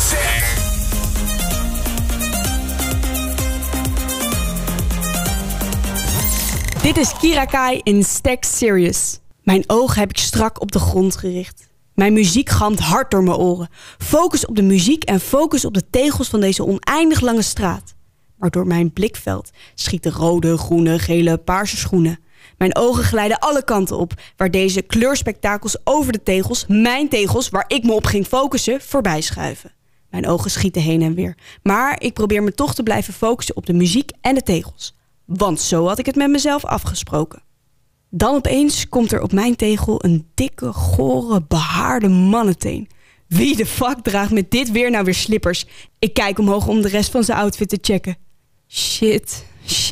Dit is Kira Kai in Stack Serious. Mijn ogen heb ik strak op de grond gericht. Mijn muziek galmt hard door mijn oren. Focus op de muziek en focus op de tegels van deze oneindig lange straat. Maar door mijn blikveld schieten rode, groene, gele, paarse schoenen. Mijn ogen glijden alle kanten op, waar deze kleurspektakels over de tegels, mijn tegels, waar ik me op ging focussen, voorbij schuiven. Mijn ogen schieten heen en weer. Maar ik probeer me toch te blijven focussen op de muziek en de tegels. Want zo had ik het met mezelf afgesproken. Dan opeens komt er op mijn tegel een dikke, gore, behaarde mannenteen. Wie de fuck draagt met dit weer nou weer slippers? Ik kijk omhoog om de rest van zijn outfit te checken. Shit.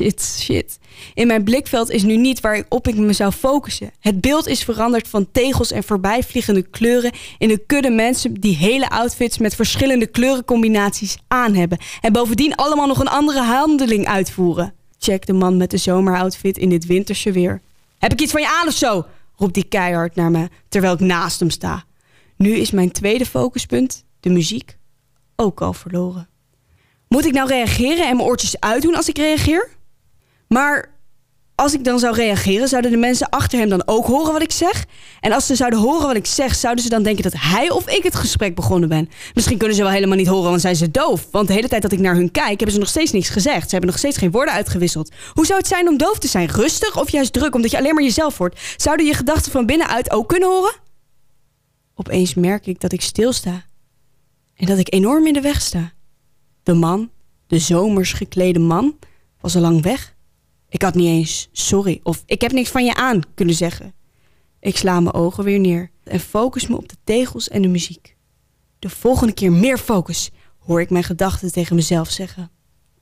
In mijn blikveld is nu niet waarop ik me zou focussen. Het beeld is veranderd van tegels en voorbijvliegende kleuren in een kudde mensen die hele outfits met verschillende kleurencombinaties aan hebben. En bovendien allemaal nog een andere handeling uitvoeren. Check de man met de zomeroutfit in dit winterse weer. Heb ik iets van je aan of zo? Roept hij keihard naar me, terwijl ik naast hem sta. Nu is mijn tweede focuspunt, de muziek, ook al verloren. Moet ik nou reageren en mijn oortjes uitdoen als ik reageer? Maar als ik dan zou reageren, zouden de mensen achter hem dan ook horen wat ik zeg? En als ze zouden horen wat ik zeg, zouden ze dan denken dat hij of ik het gesprek begonnen ben? Misschien kunnen ze wel helemaal niet horen, want zijn ze doof. Want de hele tijd dat ik naar hun kijk, hebben ze nog steeds niks gezegd. Ze hebben nog steeds geen woorden uitgewisseld. Hoe zou het zijn om doof te zijn? Rustig of juist druk, omdat je alleen maar jezelf hoort? Zouden je gedachten van binnenuit ook kunnen horen? Opeens merk ik dat ik stilsta. En dat ik enorm in de weg sta. De man, de zomers geklede man, was al lang weg. Ik had niet eens sorry of ik heb niks van je aan kunnen zeggen. Ik sla mijn ogen weer neer en focus me op de tegels en de muziek. De volgende keer meer focus, hoor ik mijn gedachten tegen mezelf zeggen.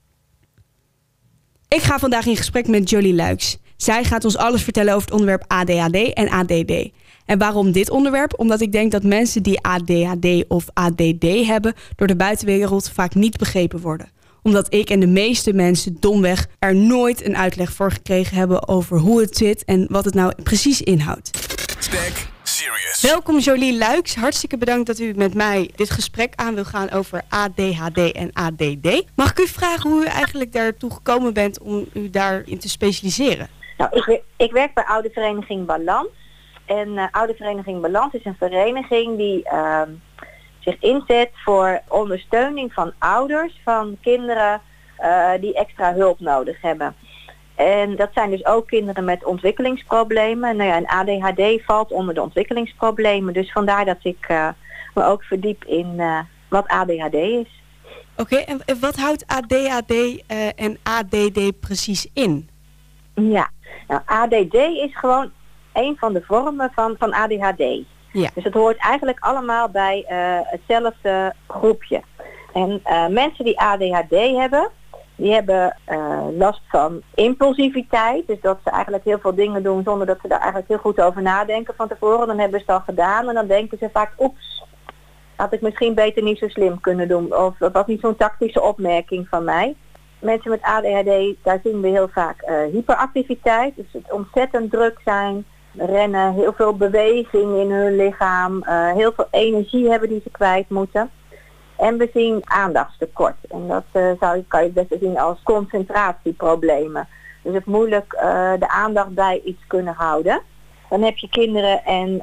Ik ga vandaag in gesprek met Jolie Luijks. Zij gaat ons alles vertellen over het onderwerp ADHD en ADD. En waarom dit onderwerp? Omdat ik denk dat mensen die ADHD of ADD hebben door de buitenwereld vaak niet begrepen worden. Omdat ik en de meeste mensen domweg er nooit een uitleg voor gekregen hebben over hoe het zit en wat het nou precies inhoudt. Stack Serious. Welkom Jolie Luijks. Hartstikke bedankt dat u met mij dit gesprek aan wil gaan over ADHD en ADD. Mag ik u vragen hoe u eigenlijk daartoe gekomen bent om u daarin te specialiseren? Nou, ik werk bij Oude Vereniging Balans. En Oude Vereniging Balans is een vereniging die zich inzet voor ondersteuning van ouders van kinderen die extra hulp nodig hebben. En dat zijn dus ook kinderen met ontwikkelingsproblemen. Nou ja, en ADHD valt onder de ontwikkelingsproblemen. Dus vandaar dat ik me ook verdiep in wat ADHD is. Oké, en wat houdt ADHD en ADD precies in? Ja, nou ADD is gewoon een van de vormen van ADHD. Ja. Dus het hoort eigenlijk allemaal bij hetzelfde groepje. En mensen die ADHD hebben, die hebben last van impulsiviteit. Dus dat ze eigenlijk heel veel dingen doen zonder dat ze daar eigenlijk heel goed over nadenken van tevoren. Dan hebben ze het al gedaan en dan denken ze vaak, oeps, had ik misschien beter niet zo slim kunnen doen. Of dat was niet zo'n tactische opmerking van mij. Mensen met ADHD, daar zien we heel vaak hyperactiviteit. Dus het ontzettend druk zijn, rennen, heel veel beweging in hun lichaam, heel veel energie hebben die ze kwijt moeten. En we zien aandachtstekort. En dat kan je best zien als concentratieproblemen. Dus het moeilijk de aandacht bij iets kunnen houden. Dan heb je kinderen en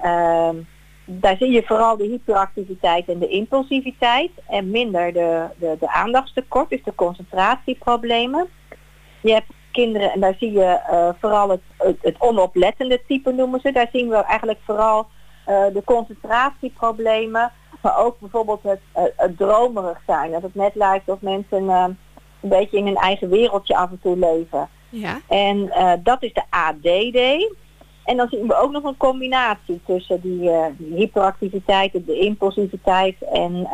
daar zie je vooral de hyperactiviteit en de impulsiviteit. En minder de aandachtstekort, dus de concentratieproblemen. Je hebt kinderen en daar zie je vooral het onoplettende type noemen ze. Daar zien we eigenlijk vooral de concentratieproblemen. Maar ook bijvoorbeeld het dromerig zijn. Dat het net lijkt of mensen een beetje in hun eigen wereldje af en toe leven. Ja. En dat is de ADD. En dan zien we ook nog een combinatie tussen die hyperactiviteit, de impulsiviteit en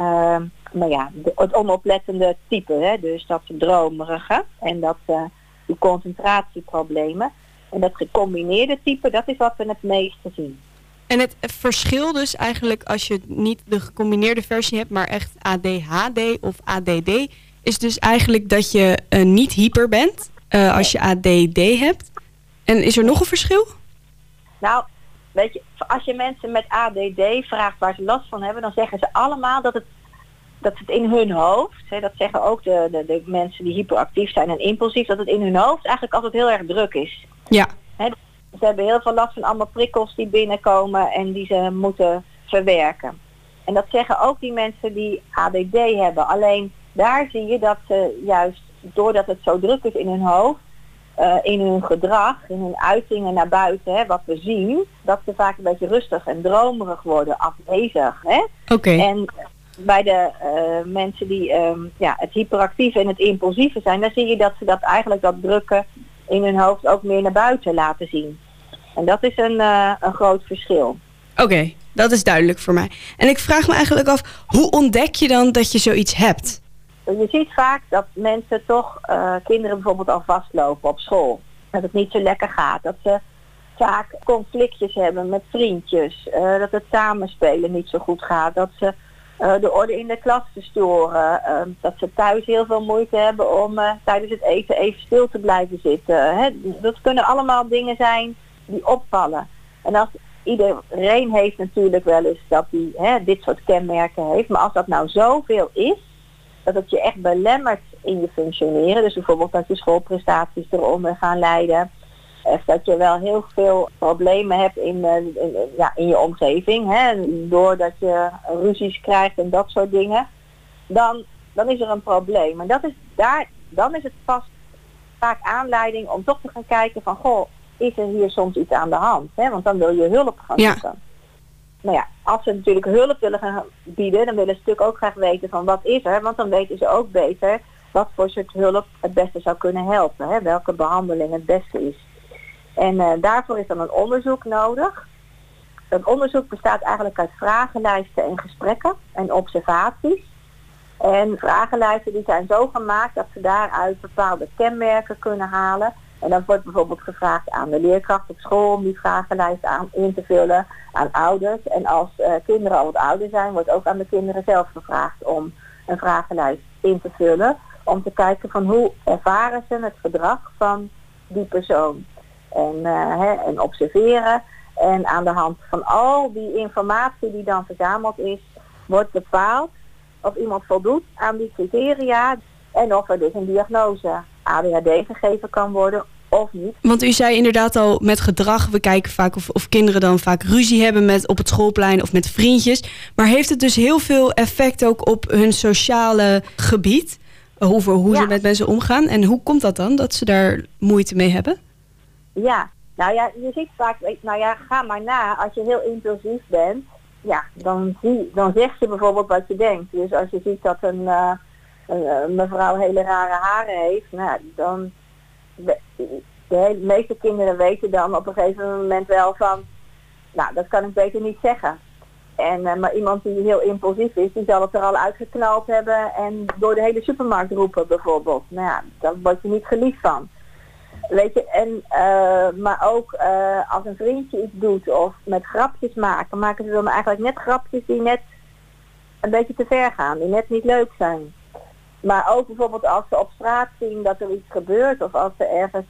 het onoplettende type. Hè? Dus dat dromerige en die concentratieproblemen. En dat gecombineerde type, dat is wat we het meeste zien. En het verschil dus eigenlijk als je niet de gecombineerde versie hebt, maar echt ADHD of ADD, is dus eigenlijk dat je niet hyper bent als je ADD hebt. En is er nog een verschil? Nou, weet je, als je mensen met ADD vraagt waar ze last van hebben, dan zeggen ze allemaal dat het dat het in hun hoofd, dat zeggen ook de mensen die hyperactief zijn en impulsief, dat het in hun hoofd eigenlijk altijd heel erg druk is. Ja. Ze hebben heel veel last van allemaal prikkels die binnenkomen en die ze moeten verwerken. En dat zeggen ook die mensen die ADD hebben. Alleen daar zie je dat ze juist, doordat het zo druk is in hun hoofd, in hun gedrag, in hun uitingen naar buiten, wat we zien, dat ze vaak een beetje rustig en dromerig worden, afwezig. Oké. En bij de mensen die het hyperactieve en het impulsieve zijn, dan zie je dat ze dat drukken in hun hoofd ook meer naar buiten laten zien. En dat is een groot verschil. Oké, dat is duidelijk voor mij. En ik vraag me eigenlijk af, hoe ontdek je dan dat je zoiets hebt? Je ziet vaak dat mensen toch, kinderen bijvoorbeeld al vastlopen op school. Dat het niet zo lekker gaat. Dat ze vaak conflictjes hebben met vriendjes. Dat het samenspelen niet zo goed gaat. Dat ze de orde in de klas verstoren. Dat ze thuis heel veel moeite hebben om tijdens het eten even stil te blijven zitten. Dat kunnen allemaal dingen zijn die opvallen. En als iedereen heeft natuurlijk wel eens dat hij dit soort kenmerken heeft. Maar als dat nou zoveel is, dat het je echt belemmert in je functioneren. Dus bijvoorbeeld dat je schoolprestaties eronder gaan leiden. Of dat je wel heel veel problemen hebt in je omgeving. Doordat je ruzies krijgt en dat soort dingen. Dan is er een probleem. En dan is het pas vaak aanleiding om toch te gaan kijken van, goh, is er hier soms iets aan de hand? Want dan wil je hulp gaan zoeken. Nou ja, als ze natuurlijk hulp willen gaan bieden, dan willen ze natuurlijk ook graag weten van wat is er. Want dan weten ze ook beter wat voor soort hulp het beste zou kunnen helpen. Welke behandeling het beste is. En daarvoor is dan een onderzoek nodig. Dat onderzoek bestaat eigenlijk uit vragenlijsten en gesprekken en observaties. En vragenlijsten die zijn zo gemaakt dat ze daaruit bepaalde kenmerken kunnen halen. En dan wordt bijvoorbeeld gevraagd aan de leerkracht op school om die vragenlijst in te vullen, aan ouders. En als kinderen al wat ouder zijn, wordt ook aan de kinderen zelf gevraagd om een vragenlijst in te vullen. Om te kijken van hoe ervaren ze het gedrag van die persoon. En observeren. En aan de hand van al die informatie die dan verzameld is, wordt bepaald of iemand voldoet aan die criteria. En of er dus een diagnose ADHD gegeven kan worden of niet. Want u zei inderdaad al met gedrag, we kijken vaak of kinderen dan vaak ruzie hebben op het schoolplein of met vriendjes. Maar heeft het dus heel veel effect ook op hun sociale gebied? Hoe ze met mensen omgaan? En hoe komt dat dan, dat ze daar moeite mee hebben? Ja, nou ja, je ziet vaak, ga maar na. Als je heel impulsief bent, dan zeg je bijvoorbeeld wat je denkt. Dus als je ziet dat een mevrouw hele rare haren heeft, dan de meeste kinderen weten dan op een gegeven moment wel van, dat kan ik beter niet zeggen. Maar iemand die heel impulsief is, die zal het er al uitgeknald hebben en door de hele supermarkt roepen bijvoorbeeld. Daar word je niet geliefd van. Weet je, maar ook als een vriendje iets doet of met grapjes maken ze dan eigenlijk net grapjes die net een beetje te ver gaan, die net niet leuk zijn. Maar ook bijvoorbeeld als ze op straat zien dat er iets gebeurt of als ze ergens,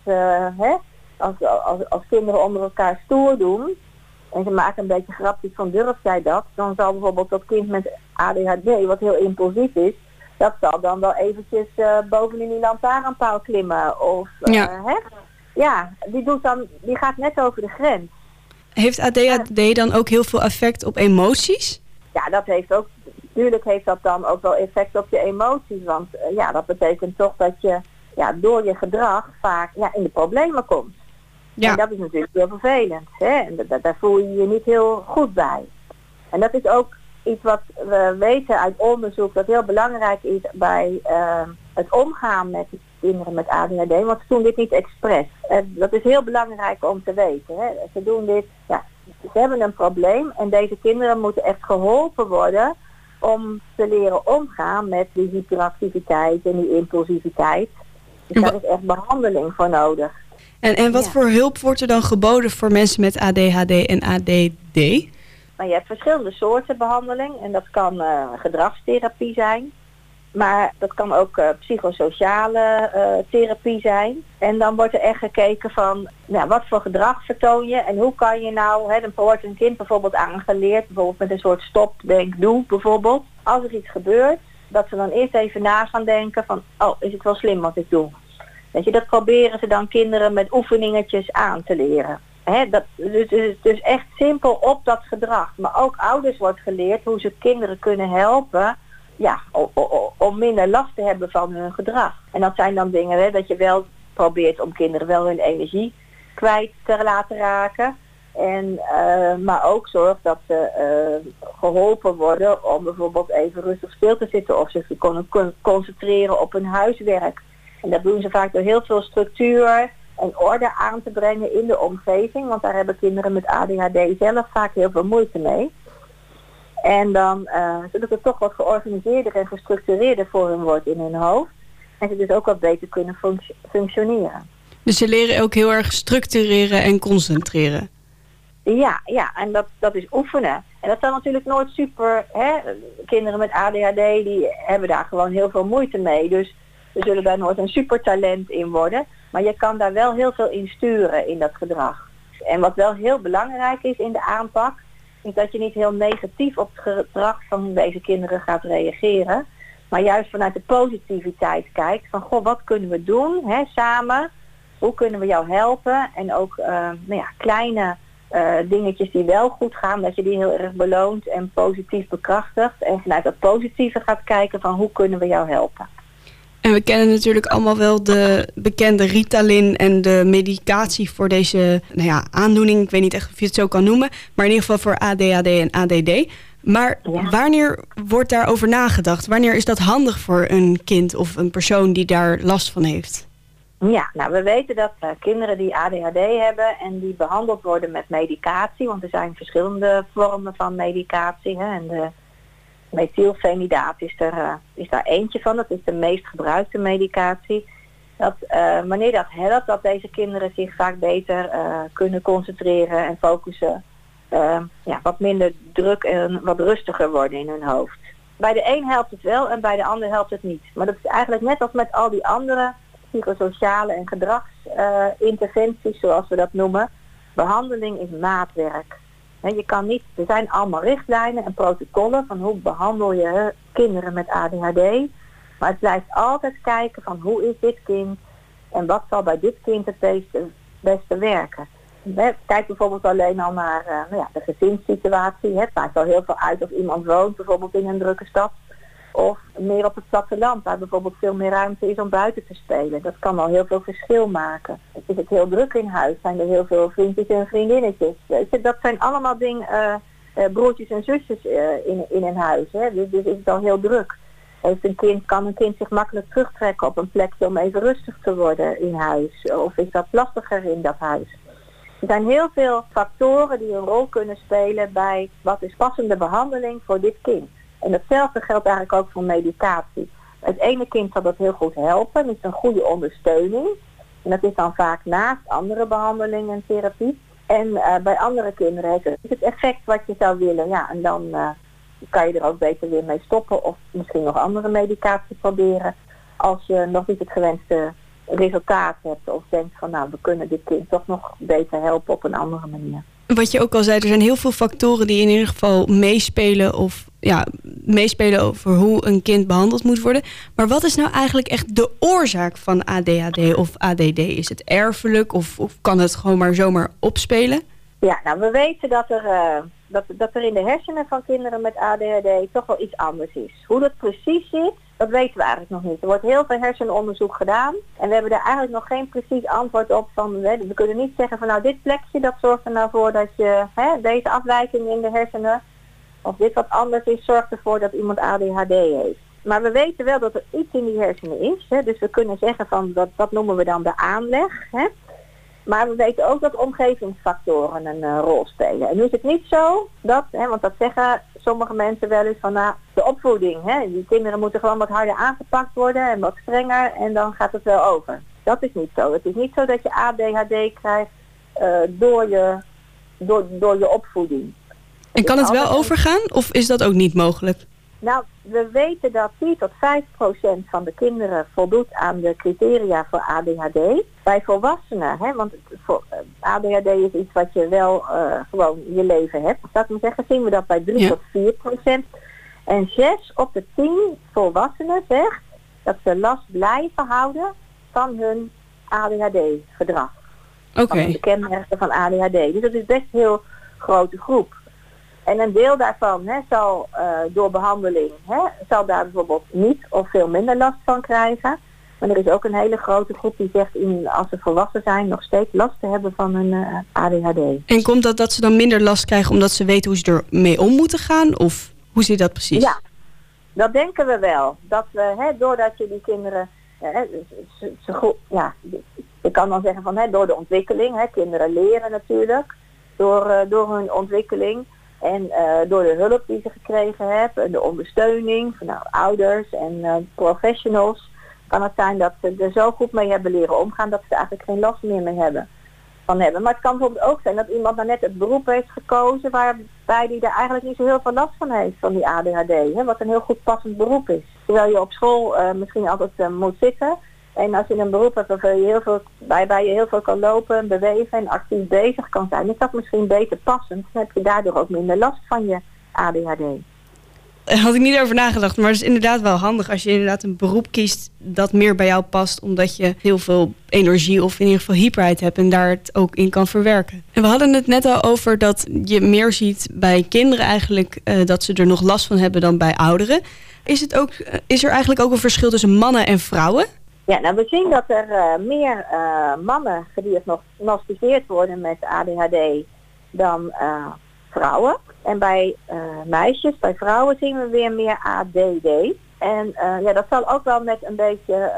als kinderen onder elkaar stoer doen en ze maken een beetje grapjes van durf jij dat, dan zal bijvoorbeeld dat kind met ADHD, wat heel impulsief is, dat zal dan wel eventjes bovenin die lantaarnpaal klimmen. Of, die gaat net over de grens. Heeft ADHD dan ook heel veel effect op emoties? Ja, dat heeft ook, natuurlijk heeft dat dan ook wel effect op je emoties. Want dat betekent toch dat je door je gedrag vaak in de problemen komt. Ja. En dat is natuurlijk heel vervelend. En daar voel je je niet heel goed bij. En dat is ook iets wat we weten uit onderzoek dat heel belangrijk is bij het omgaan met kinderen met ADHD. Want ze doen dit niet expres. Dat is heel belangrijk om te weten. Ze doen dit, ze hebben een probleem en deze kinderen moeten echt geholpen worden om te leren omgaan met die hyperactiviteit en die impulsiviteit. Dus daar is echt behandeling voor nodig. En wat voor hulp wordt er dan geboden voor mensen met ADHD en ADD? Maar je hebt verschillende soorten behandeling en dat kan gedragstherapie zijn. Maar dat kan ook psychosociale therapie zijn. En dan wordt er echt gekeken van wat voor gedrag vertoon je en hoe kan je dan wordt een kind bijvoorbeeld aangeleerd, bijvoorbeeld met een soort stop, denk, doe bijvoorbeeld. Als er iets gebeurt, dat ze dan eerst even na gaan denken van, oh, is het wel slim wat ik doe? Weet je, dat proberen ze dan kinderen met oefeningetjes aan te leren. Dus echt simpel op dat gedrag. Maar ook ouders wordt geleerd hoe ze kinderen kunnen helpen, om minder last te hebben van hun gedrag. En dat zijn dan dingen, dat je wel probeert om kinderen wel hun energie kwijt te laten raken. Maar ook zorgt dat ze geholpen worden om bijvoorbeeld even rustig stil te zitten of zich te kunnen concentreren op hun huiswerk. En dat doen ze vaak door heel veel structuur en orde aan te brengen in de omgeving, want daar hebben kinderen met ADHD zelf vaak heel veel moeite mee. En dan zodat het toch wat georganiseerder en gestructureerder voor hun wordt in hun hoofd. En ze dus ook wat beter kunnen functioneren. Dus ze leren ook heel erg structureren en concentreren. Ja, en dat is oefenen. En dat zijn natuurlijk nooit super, kinderen met ADHD die hebben daar gewoon heel veel moeite mee. Dus ze zullen daar nooit een supertalent in worden. Maar je kan daar wel heel veel in sturen in dat gedrag. En wat wel heel belangrijk is in de aanpak, is dat je niet heel negatief op het gedrag van deze kinderen gaat reageren. Maar juist vanuit de positiviteit kijkt van, goh, wat kunnen we doen samen? Hoe kunnen we jou helpen? En ook kleine dingetjes die wel goed gaan, dat je die heel erg beloont en positief bekrachtigt. En vanuit dat positieve gaat kijken van, hoe kunnen we jou helpen? En we kennen natuurlijk allemaal wel de bekende Ritalin en de medicatie voor deze aandoening. Ik weet niet echt of je het zo kan noemen, maar in ieder geval voor ADHD en ADD. Maar wanneer wordt daarover nagedacht? Wanneer is dat handig voor een kind of een persoon die daar last van heeft? Ja, we weten dat kinderen die ADHD hebben en die behandeld worden met medicatie, want er zijn verschillende vormen van medicatie. En de methylfenidaat is daar eentje van. Dat is de meest gebruikte medicatie. Dat wanneer dat helpt, dat deze kinderen zich vaak beter kunnen concentreren en focussen. Wat minder druk en wat rustiger worden in hun hoofd. Bij de een helpt het wel en bij de ander helpt het niet. Maar dat is eigenlijk net als met al die andere psychosociale en gedragsinterventies, zoals we dat noemen. Behandeling is maatwerk. Je kan niet, er zijn allemaal richtlijnen en protocollen van hoe behandel je kinderen met ADHD. Maar het blijft altijd kijken van, hoe is dit kind en wat zal bij dit kind het beste werken. Kijk bijvoorbeeld alleen al naar de gezinssituatie. Het maakt al heel veel uit of iemand woont bijvoorbeeld in een drukke stad. Of meer op het platteland, waar bijvoorbeeld veel meer ruimte is om buiten te spelen. Dat kan al heel veel verschil maken. Is het heel druk in huis? Zijn er heel veel vriendjes en vriendinnetjes? Dat zijn allemaal dingen, broertjes en zusjes in een huis. Dus is het al heel druk. Kan een kind zich makkelijk terugtrekken op een plekje om even rustig te worden in huis? Of is dat lastiger in dat huis? Er zijn heel veel factoren die een rol kunnen spelen bij wat is passende behandeling voor dit kind. En datzelfde geldt eigenlijk ook voor medicatie. Het ene kind zal dat heel goed helpen, dat is een goede ondersteuning. En dat is dan vaak naast andere behandelingen en therapie. En bij andere kinderen heeft het effect wat je zou willen. Ja, en dan kan je er ook beter weer mee stoppen of misschien nog andere medicatie proberen. Als je nog niet het gewenste resultaat hebt of denkt van, we kunnen dit kind toch nog beter helpen op een andere manier. Wat je ook al zei, er zijn heel veel factoren die in ieder geval meespelen over hoe een kind behandeld moet worden. Maar wat is nou eigenlijk echt de oorzaak van ADHD of ADD? Is het erfelijk of kan het gewoon maar zomaar opspelen? Ja, we weten dat er in de hersenen van kinderen met ADHD toch wel iets anders is. Hoe dat precies zit, dat weten we eigenlijk nog niet. Er wordt heel veel hersenonderzoek gedaan en we hebben daar eigenlijk nog geen precies antwoord op van, we kunnen niet zeggen van dit plekje, dat zorgt er nou voor dat je deze afwijking in de hersenen of dit wat anders is, zorgt ervoor dat iemand ADHD heeft. Maar we weten wel dat er iets in die hersenen is. Dus we kunnen zeggen van dat noemen we dan de aanleg. Maar we weten ook dat omgevingsfactoren een rol spelen. En nu is het niet zo dat, want dat zeggen sommige mensen wel eens van de opvoeding. Die kinderen moeten gewoon wat harder aangepakt worden en wat strenger en dan gaat het wel over. Dat is niet zo. Het is niet zo dat je ADHD krijgt door je opvoeding. En kan het wel overgaan of is dat ook niet mogelijk? Nou, we weten dat 4 tot 5% van de kinderen voldoet aan de criteria voor ADHD. Bij volwassenen, want ADHD is iets wat je wel gewoon je leven hebt. Zou ik maar zeggen, zien we dat bij 3 tot 4%. En 6 op de 10 volwassenen zegt dat ze last blijven houden van hun ADHD-gedrag. Oké. Van de kenmerken van ADHD. Dus dat is best een heel grote groep. En een deel daarvan zal door behandeling, zal daar bijvoorbeeld niet of veel minder last van krijgen. Maar er is ook een hele grote groep die zegt als ze volwassen zijn nog steeds last te hebben van hun ADHD. En komt dat ze dan minder last krijgen omdat ze weten hoe ze ermee om moeten gaan? Of hoe zit dat precies? Ja, dat denken we wel. Dat we, doordat je die kinderen, je kan dan zeggen van door de ontwikkeling, kinderen leren natuurlijk, door hun ontwikkeling. En door de hulp die ze gekregen hebben, de ondersteuning van ouders en professionals, kan het zijn dat ze er zo goed mee hebben leren omgaan dat ze er eigenlijk geen last meer mee hebben. Maar het kan bijvoorbeeld ook zijn dat iemand nou net het beroep heeft gekozen waarbij die er eigenlijk niet zo heel veel last van heeft van die ADHD. Wat een heel goed passend beroep is. Terwijl je op school misschien altijd moet zitten. En als je een beroep hebt waarbij je heel veel kan lopen, bewegen en actief bezig kan zijn, is dat misschien beter passend. Dan heb je daardoor ook minder last van je ADHD. Daar had ik niet over nagedacht, maar het is inderdaad wel handig als je inderdaad een beroep kiest dat meer bij jou past, omdat je heel veel energie of in ieder geval hyperheid hebt en daar het ook in kan verwerken. En we hadden het net al over dat je meer ziet bij kinderen eigenlijk dat ze er nog last van hebben dan bij ouderen. Is er eigenlijk ook een verschil tussen mannen en vrouwen? Ja, nou we zien dat er meer mannen gediagnosticeerd worden met ADHD dan vrouwen. En bij meisjes, bij vrouwen zien we weer meer ADD. En dat zal ook wel met een beetje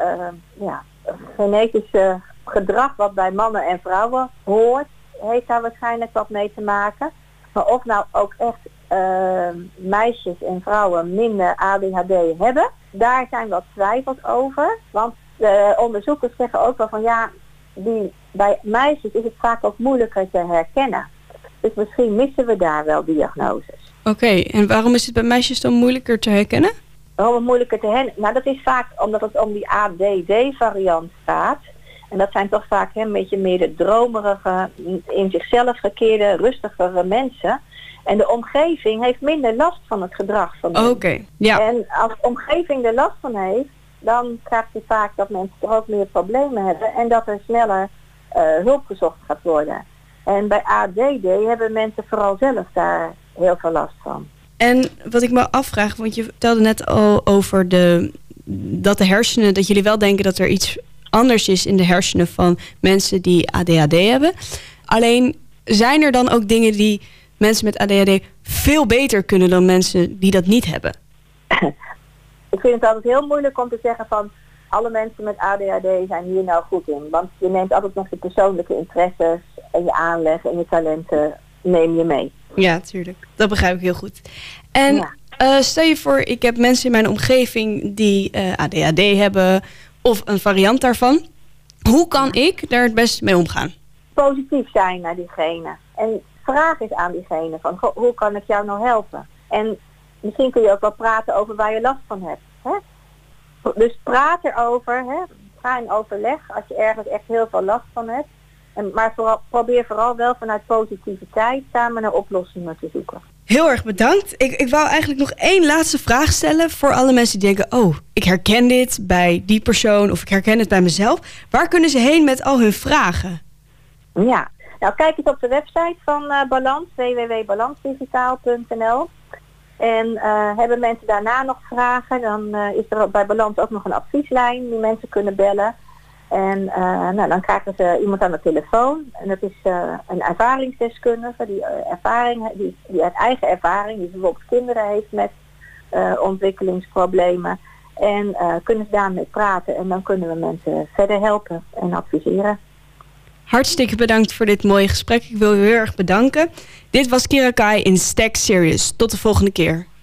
genetische gedrag wat bij mannen en vrouwen hoort, heeft daar waarschijnlijk wat mee te maken. Maar of nou ook echt meisjes en vrouwen minder ADHD hebben, daar zijn wat twijfels over. Want de onderzoekers zeggen ook wel van bij meisjes is het vaak ook moeilijker te herkennen. Dus misschien missen we daar wel diagnoses. Oké, en waarom is het bij meisjes dan moeilijker te herkennen? Waarom het moeilijker te herkennen? Nou, dat is vaak omdat het om die ADD-variant gaat. En dat zijn toch vaak een beetje meer de dromerige, in zichzelf gekeerde, rustigere mensen. En de omgeving heeft minder last van het gedrag van hen. Oké, ja. En als de omgeving er last van heeft, dan krijg je vaak dat mensen er ook meer problemen hebben en dat er sneller hulp gezocht gaat worden. En bij ADD hebben mensen vooral zelf daar heel veel last van. En wat ik me afvraag, want je vertelde net al over dat de hersenen, dat jullie wel denken dat er iets anders is in de hersenen van mensen die ADHD hebben. Alleen, zijn er dan ook dingen die mensen met ADHD veel beter kunnen dan mensen die dat niet hebben? Ik vind het altijd heel moeilijk om te zeggen van alle mensen met ADHD zijn hier nou goed in. Want je neemt altijd nog je persoonlijke interesses en je aanleg en je talenten neem je mee. Ja, tuurlijk. Dat begrijp ik heel goed. En stel je voor, ik heb mensen in mijn omgeving die ADHD hebben of een variant daarvan. Hoe kan ik daar het beste mee omgaan? Positief zijn naar diegene. En vraag eens aan diegene van hoe kan ik jou nou helpen? En misschien kun je ook wel praten over waar je last van hebt. Hè? Dus praat erover. Ga in overleg als je ergens echt heel veel last van hebt. Maar probeer vooral wel vanuit positiviteit samen naar oplossingen te zoeken. Heel erg bedankt. Ik wou eigenlijk nog één laatste vraag stellen voor alle mensen die denken, ik herken dit bij die persoon of ik herken het bij mezelf. Waar kunnen ze heen met al hun vragen? Ja, nou kijk eens op de website van Balans, www.balansdigitaal.nl. En hebben mensen daarna nog vragen, dan is er bij Balans ook nog een advieslijn die mensen kunnen bellen. En dan krijgen ze iemand aan de telefoon. En dat is een ervaringsdeskundige die uit eigen ervaring, die bijvoorbeeld kinderen heeft met ontwikkelingsproblemen. En kunnen ze daarmee praten en dan kunnen we mensen verder helpen en adviseren. Hartstikke bedankt voor dit mooie gesprek. Ik wil u heel erg bedanken. Dit was Kira Kai in Stack Serious. Tot de volgende keer.